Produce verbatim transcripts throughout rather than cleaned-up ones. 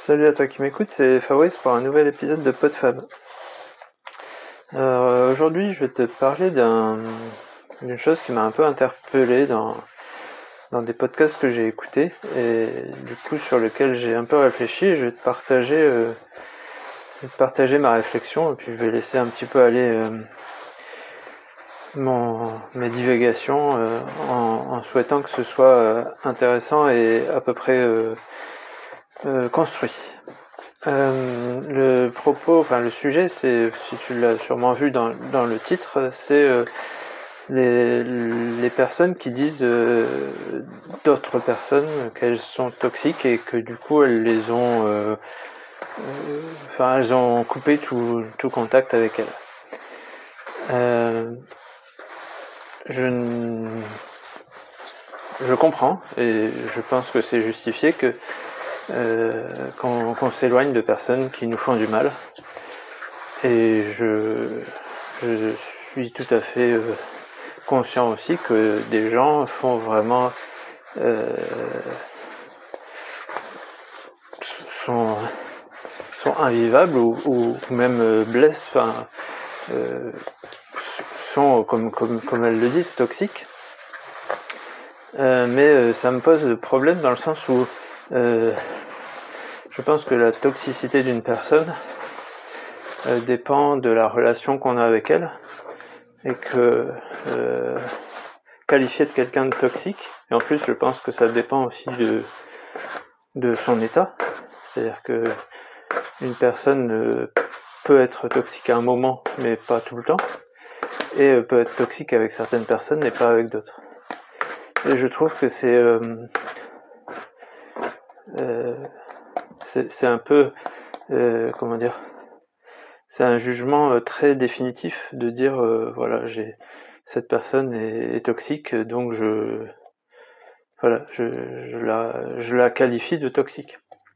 Salut à toi qui m'écoute, c'est Fabrice pour un nouvel épisode de PodFab. Alors, euh, aujourd'hui, je vais te parler d'un, d'une chose qui m'a un peu interpellé dans, dans des podcasts que j'ai écoutés et du coup sur lequel j'ai un peu réfléchi. Je vais te partager, euh, je vais te partager ma réflexion et puis je vais laisser un petit peu aller euh, mon, mes divagations euh, en, en souhaitant que ce soit euh, intéressant et à peu près euh, euh, construit. Euh, le propos, enfin le sujet, c'est, si tu l'as sûrement vu dans, dans le titre, c'est euh, les, les personnes qui disent euh, d'autres personnes qu'elles sont toxiques et que du coup elles les ont, euh, euh, enfin elles ont coupé tout, tout contact avec elles. Euh, je, je comprends et je pense que c'est justifié que euh, qu'on, qu'on s'éloigne de personnes qui nous font du mal. Et je, je suis tout à fait euh, conscient aussi que des gens font vraiment euh, sont, sont invivables ou, ou même euh, blessent, enfin, euh, sont comme, comme, comme elles le disent toxiques. Euh, mais euh, ça me pose problème dans le sens où euh, je pense que la toxicité d'une personne euh, dépend de la relation qu'on a avec elle et que euh, qualifier de quelqu'un de toxique, et en plus je pense que ça dépend aussi de, de son état, c'est-à-dire que une personne euh, peut être toxique à un moment mais pas tout le temps, et euh, peut être toxique avec certaines personnes mais pas avec d'autres. Et je trouve que c'est euh, euh, c'est, c'est un peu euh, comment dire, c'est un jugement euh, très définitif de dire euh, voilà, j'ai cette personne est, est toxique donc je voilà je, je la je la qualifie de toxique.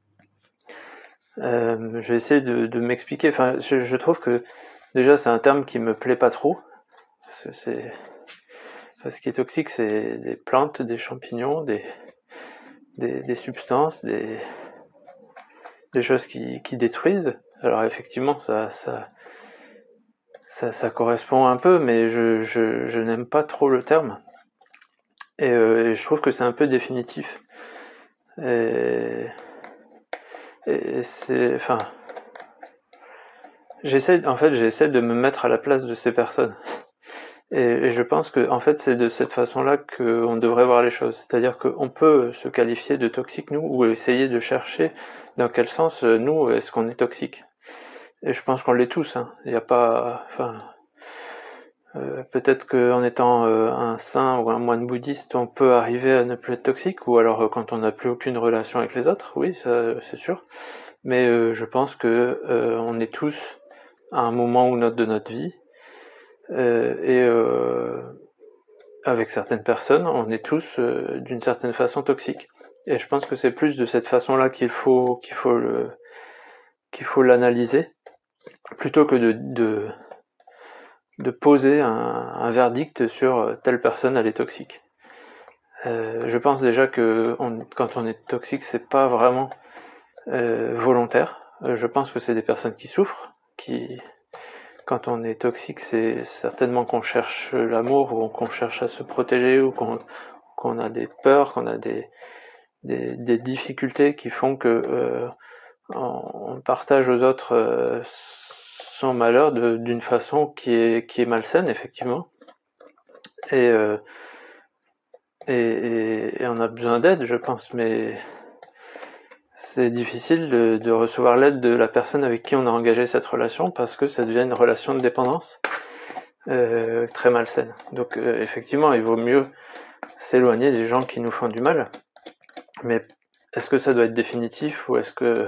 Euh, je vais essayer de, de m'expliquer. Enfin, je, je trouve que déjà c'est un terme qui me plaît pas trop. C'est, c'est... Enfin, ce qui est toxique, c'est des plantes, des champignons, des, des, des substances, des, des choses qui, qui détruisent. Alors effectivement, ça, ça, ça, ça correspond un peu, mais je, je, je n'aime pas trop le terme. Et, euh, et je trouve que c'est un peu définitif. Et, et c'est, enfin, j'essaie, en fait, j'essaie de me mettre à la place de ces personnes. Et, et je pense que, en fait, c'est de cette façon-là qu'on devrait voir les choses. C'est-à-dire qu'on peut se qualifier de toxique, nous, ou essayer de chercher dans quel sens, nous, est-ce qu'on est toxique. Et je pense qu'on l'est tous. Hein. Il n'y a pas... Enfin, euh, peut-être qu'en étant euh, un saint ou un moine bouddhiste, on peut arriver à ne plus être toxique, ou alors euh, quand on n'a plus aucune relation avec les autres, oui, ça, c'est sûr. Mais euh, je pense que euh, on est tous à un moment ou l'autre de notre vie, euh, et euh, avec certaines personnes, on est tous euh, d'une certaine façon toxiques. Et je pense que c'est plus de cette façon-là qu'il faut qu'il faut le qu'il faut l'analyser, plutôt que de de, de poser un, un verdict sur telle personne elle est toxique. Euh, je pense déjà que on, quand on est toxique, c'est pas vraiment euh, volontaire. Je pense que c'est des personnes qui souffrent, qui quand on est toxique, c'est certainement qu'on cherche l'amour ou qu'on cherche à se protéger ou qu'on, qu'on a des peurs, qu'on a des, des, des difficultés qui font que euh, on partage aux autres euh, son malheur de, d'une façon qui est, qui est malsaine, effectivement. Et, euh, et, et, et on a besoin d'aide, je pense, mais c'est difficile de, de recevoir l'aide de la personne avec qui on a engagé cette relation parce que ça devient une relation de dépendance euh, très malsaine. Donc euh, effectivement, il vaut mieux s'éloigner des gens qui nous font du mal. Mais est-ce que ça doit être définitif ou est-ce que...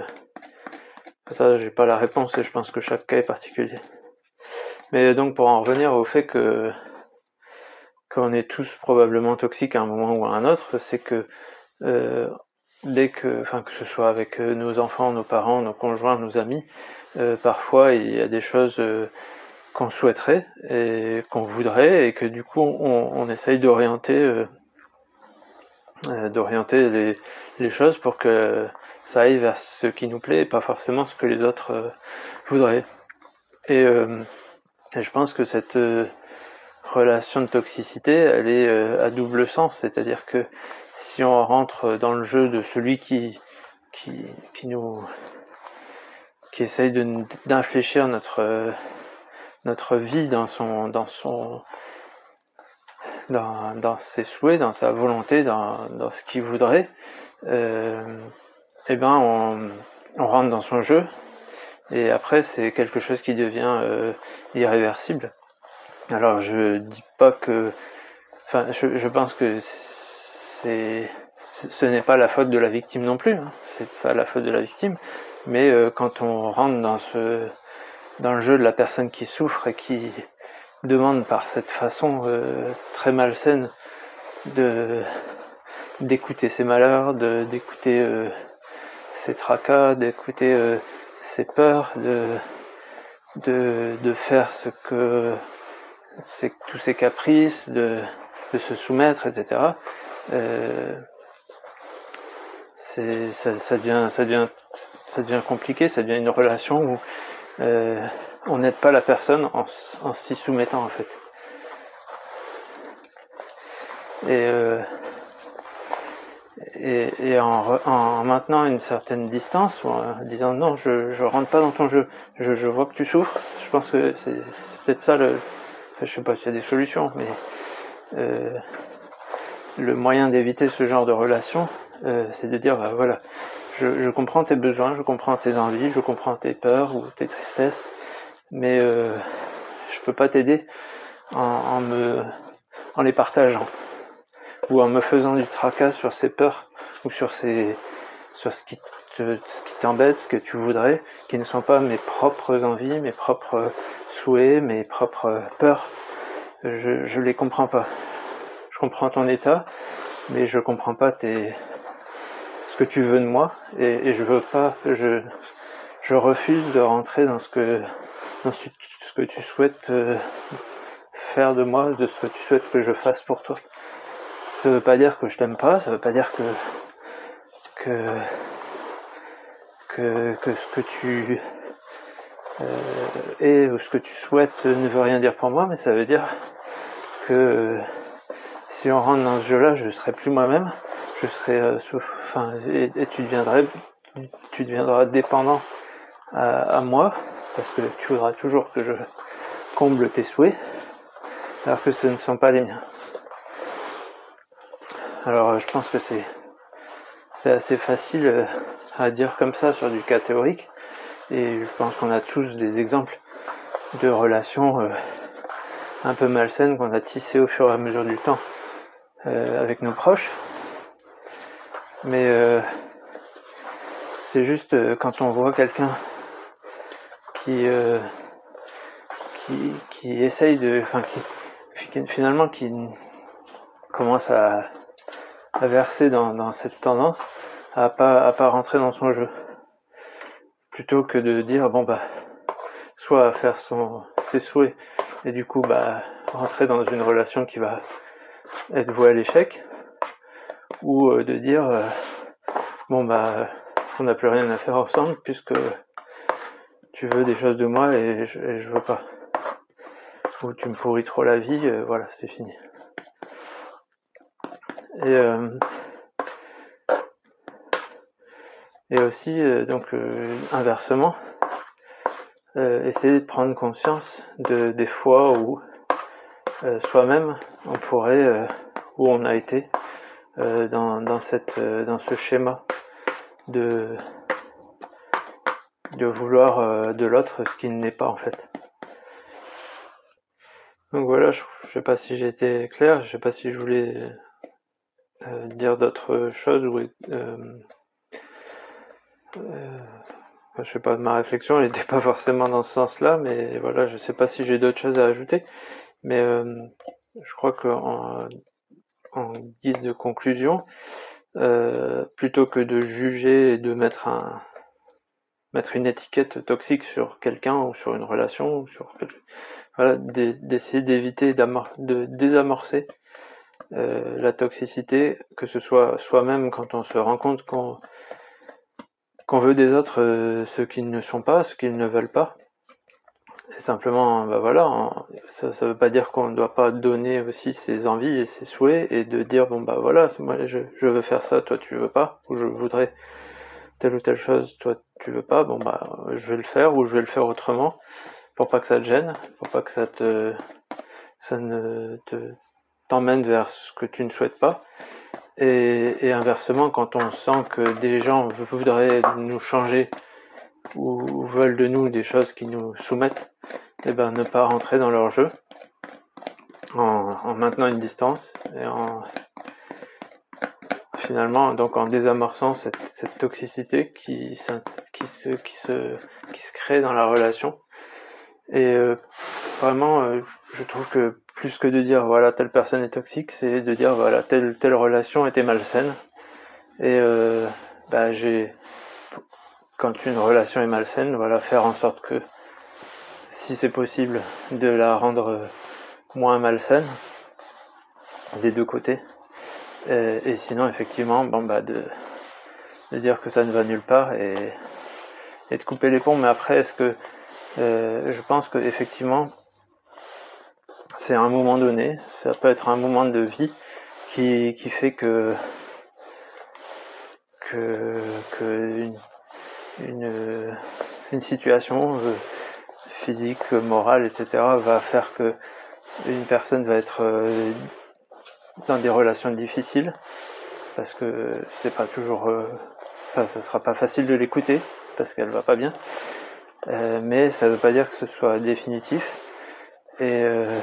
Ça, j'ai pas la réponse et je pense que chaque cas est particulier. Mais donc pour en revenir au fait que qu'on est tous probablement toxiques à un moment ou à un autre, c'est que euh, dès que, enfin que ce soit avec nos enfants, nos parents, nos conjoints, nos amis, euh, parfois il y a des choses euh, qu'on souhaiterait et qu'on voudrait et que du coup on, on essaye d'orienter euh, euh, d'orienter les, les choses pour que ça aille vers ce qui nous plaît et pas forcément ce que les autres euh, voudraient. Et, euh, et je pense que cette euh, relation de toxicité, elle est euh, à double sens, c'est-à-dire que si on rentre dans le jeu de celui qui qui, qui nous qui essaye de d'infléchir notre euh, notre vie dans son dans son dans, dans ses souhaits, dans sa volonté, dans, dans ce qu'il voudrait, euh, eh ben on, on rentre dans son jeu et après c'est quelque chose qui devient euh, irréversible. Alors je dis pas que, enfin je, je pense que c'est ce n'est pas la faute de la victime non plus, hein. C'est pas la faute de la victime, mais euh, quand on rentre dans ce dans le jeu de la personne qui souffre et qui demande par cette façon euh, très malsaine de d'écouter ses malheurs, de d'écouter euh, ses tracas, d'écouter euh, ses peurs, de de de faire ce que c'est tous ses caprices, de de se soumettre, et cetera. Euh, c'est ça, ça devient ça devient ça devient compliqué, ça devient une relation où euh, on n'aide pas la personne en, en s'y soumettant en fait. Et, euh, et, et en, en maintenant une certaine distance, ou en disant non, je, je rentre pas dans ton jeu, je, je vois que tu souffres, je pense que c'est, c'est peut-être ça le... Enfin, je sais pas s'il y a des solutions, mais euh, le moyen d'éviter ce genre de relation, euh, c'est de dire, bah, voilà, je, je comprends tes besoins, je comprends tes envies, je comprends tes peurs ou tes tristesses, mais euh, je peux pas t'aider en, en me en les partageant ou en me faisant du tracas sur ces peurs ou sur ces sur ce qui te, ce qui t'embête, ce que tu voudrais, qui ne sont pas mes propres envies, mes propres souhaits, mes propres peurs. Je je les comprends pas. Je comprends ton état, mais je comprends pas tes ce que tu veux de moi et, et je veux pas je je refuse de rentrer dans ce que dans ce, ce que tu souhaites euh, faire de moi, de ce que tu souhaites que je fasse pour toi. Ça veut pas dire que je t'aime pas, ça veut pas dire que que que, que ce que tu euh, es ou ce que tu souhaites ne veut rien dire pour moi, mais ça veut dire que euh, si on rentre dans ce jeu-là, je serai plus moi-même, je serai euh, sauf, enfin, et, et tu deviendrais, tu deviendras dépendant à, à moi, parce que tu voudras toujours que je comble tes souhaits, alors que ce ne sont pas les miens. Alors je pense que c'est c'est assez facile à dire comme ça sur du cas théorique, et je pense qu'on a tous des exemples de relations euh, un peu malsaines qu'on a tissées au fur et à mesure du temps euh, avec nos proches. Mais euh, c'est juste euh, quand on voit quelqu'un qui euh, qui qui essaye de, enfin qui finalement qui commence à, à verser dans, dans cette tendance à pas à pas rentrer dans son jeu, plutôt que de dire bon bah soit à faire son ses souhaits et du coup bah rentrer dans une relation qui va être vouée à l'échec, ou euh, de dire euh, bon bah on n'a plus rien à faire ensemble puisque tu veux des choses de moi et je, et je veux pas, ou tu me pourris trop la vie, euh, voilà, c'est fini. Et euh, et aussi euh, donc euh, inversement, euh, essayer de prendre conscience de des fois où euh, soi-même on pourrait euh, où on a été euh, dans dans cette euh, dans ce schéma de de vouloir euh, de l'autre ce qui n'est pas en fait. Donc voilà, je, je sais pas si j'ai été clair, je sais pas si je voulais euh, dire d'autres choses ou euh, euh, je sais pas, ma réflexion elle n'était pas forcément dans ce sens-là, mais voilà, je sais pas si j'ai d'autres choses à ajouter, mais euh, je crois qu'en en guise de conclusion, euh, plutôt que de juger et de mettre un mettre une étiquette toxique sur quelqu'un ou sur une relation ou sur voilà, d'essayer d'éviter de désamorcer euh, la toxicité, que ce soit soi-même quand on se rend compte qu'on qu'on veut des autres euh, ce qu'ils ne sont pas, ce qu'ils ne veulent pas. Et simplement, bah voilà, on, ça, ça veut pas dire qu'on ne doit pas donner aussi ses envies et ses souhaits et de dire bon bah voilà, moi je, je veux faire ça, toi tu veux pas, ou je voudrais telle ou telle chose, toi tu veux pas, bon bah je vais le faire ou je vais le faire autrement pour pas que ça te gêne, pour pas que ça te ça ne te t'emmène vers ce que tu ne souhaites pas. Et, et inversement, quand on sent que des gens voudraient nous changer ou veulent de nous des choses qui nous soumettent, et ben ne pas rentrer dans leur jeu en, en maintenant une distance et en finalement donc en désamorçant cette, cette toxicité qui, qui, se, qui, se, qui se crée dans la relation. Et euh, vraiment euh, je trouve que plus que de dire voilà telle personne est toxique, c'est de dire voilà telle telle relation était malsaine. Et euh, bah j'ai quand une relation est malsaine, voilà, faire en sorte que si c'est possible de la rendre moins malsaine des deux côtés. Et, et sinon effectivement bon bah de, de dire que ça ne va nulle part et, et de couper les ponts. Mais après est-ce que euh, je pense que effectivement c'est à un moment donné, ça peut être un moment de vie qui, qui fait que que, que une, une, une situation physique, morale, et cetera va faire que une personne va être dans des relations difficiles parce que c'est pas toujours, euh, enfin, ça sera pas facile de l'écouter parce qu'elle va pas bien, euh, mais ça veut pas dire que ce soit définitif. Et euh,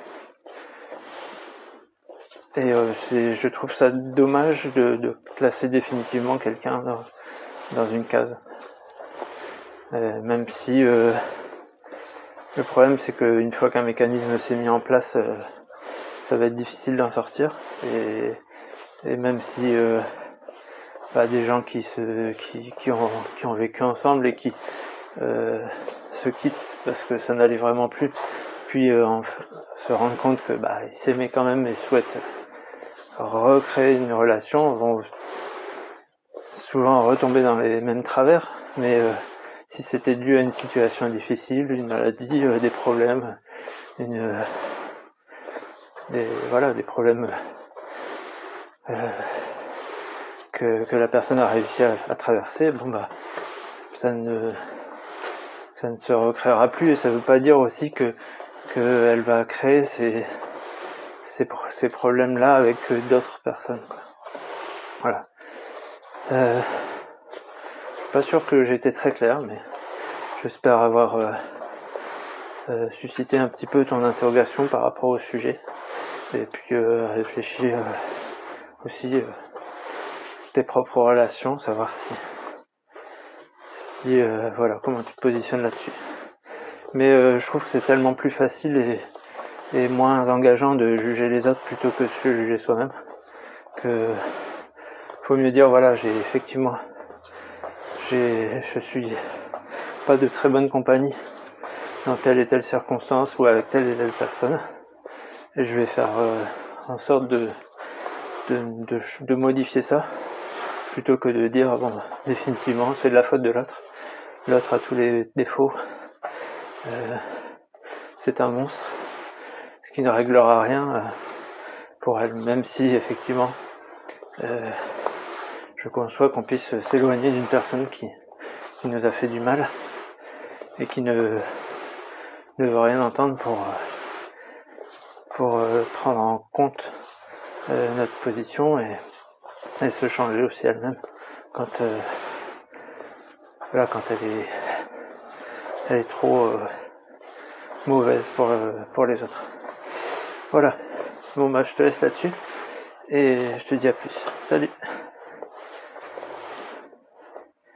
et euh, c'est, je trouve ça dommage de, de classer définitivement quelqu'un dans, dans une case, euh, même si euh, le problème c'est qu'une fois qu'un mécanisme s'est mis en place, euh, ça va être difficile d'en sortir. Et, et même si euh, bah, des gens qui se qui, qui ont qui ont vécu ensemble et qui euh, se quittent parce que ça n'allait vraiment plus, puis euh, en, se rendre compte que bah ils s'aimaient quand même et souhaitent recréer une relation, vont souvent retomber dans les mêmes travers. Mais euh, si c'était dû à une situation difficile, une maladie, euh, des problèmes, une euh, des voilà des problèmes euh, que, que la personne a réussi à, à traverser, bon bah ça ne ça ne se recréera plus. Et ça veut pas dire aussi que qu'elle va créer ces ces, ces problèmes là avec d'autres personnes, quoi. Voilà. Euh, je suis pas sûr que j'ai été très clair, mais j'espère avoir euh, euh, suscité un petit peu ton interrogation par rapport au sujet, et puis euh, réfléchir euh, aussi euh, tes propres relations, savoir si si euh, voilà comment tu te positionnes là-dessus. Mais euh, je trouve que c'est tellement plus facile et, et moins engageant de juger les autres plutôt que de se juger soi-même, que faut mieux dire voilà j'ai effectivement j'ai je suis pas de très bonne compagnie dans telle et telle circonstance ou avec telle et telle personne, et je vais faire euh, en sorte de de, de de modifier ça plutôt que de dire bon définitivement c'est de la faute de l'autre, l'autre a tous les défauts, euh, c'est un monstre, ce qui ne réglera rien euh, pour elle, même si effectivement euh, je conçois qu'on puisse s'éloigner d'une personne qui, qui nous a fait du mal et qui ne, ne veut rien entendre pour, pour euh, prendre en compte euh, notre position et, et se changer aussi elle-même quand, euh, voilà, quand elle est, elle est trop euh, mauvaise pour, euh, pour les autres. Voilà. Bon bah je te laisse là-dessus et je te dis à plus. Salut.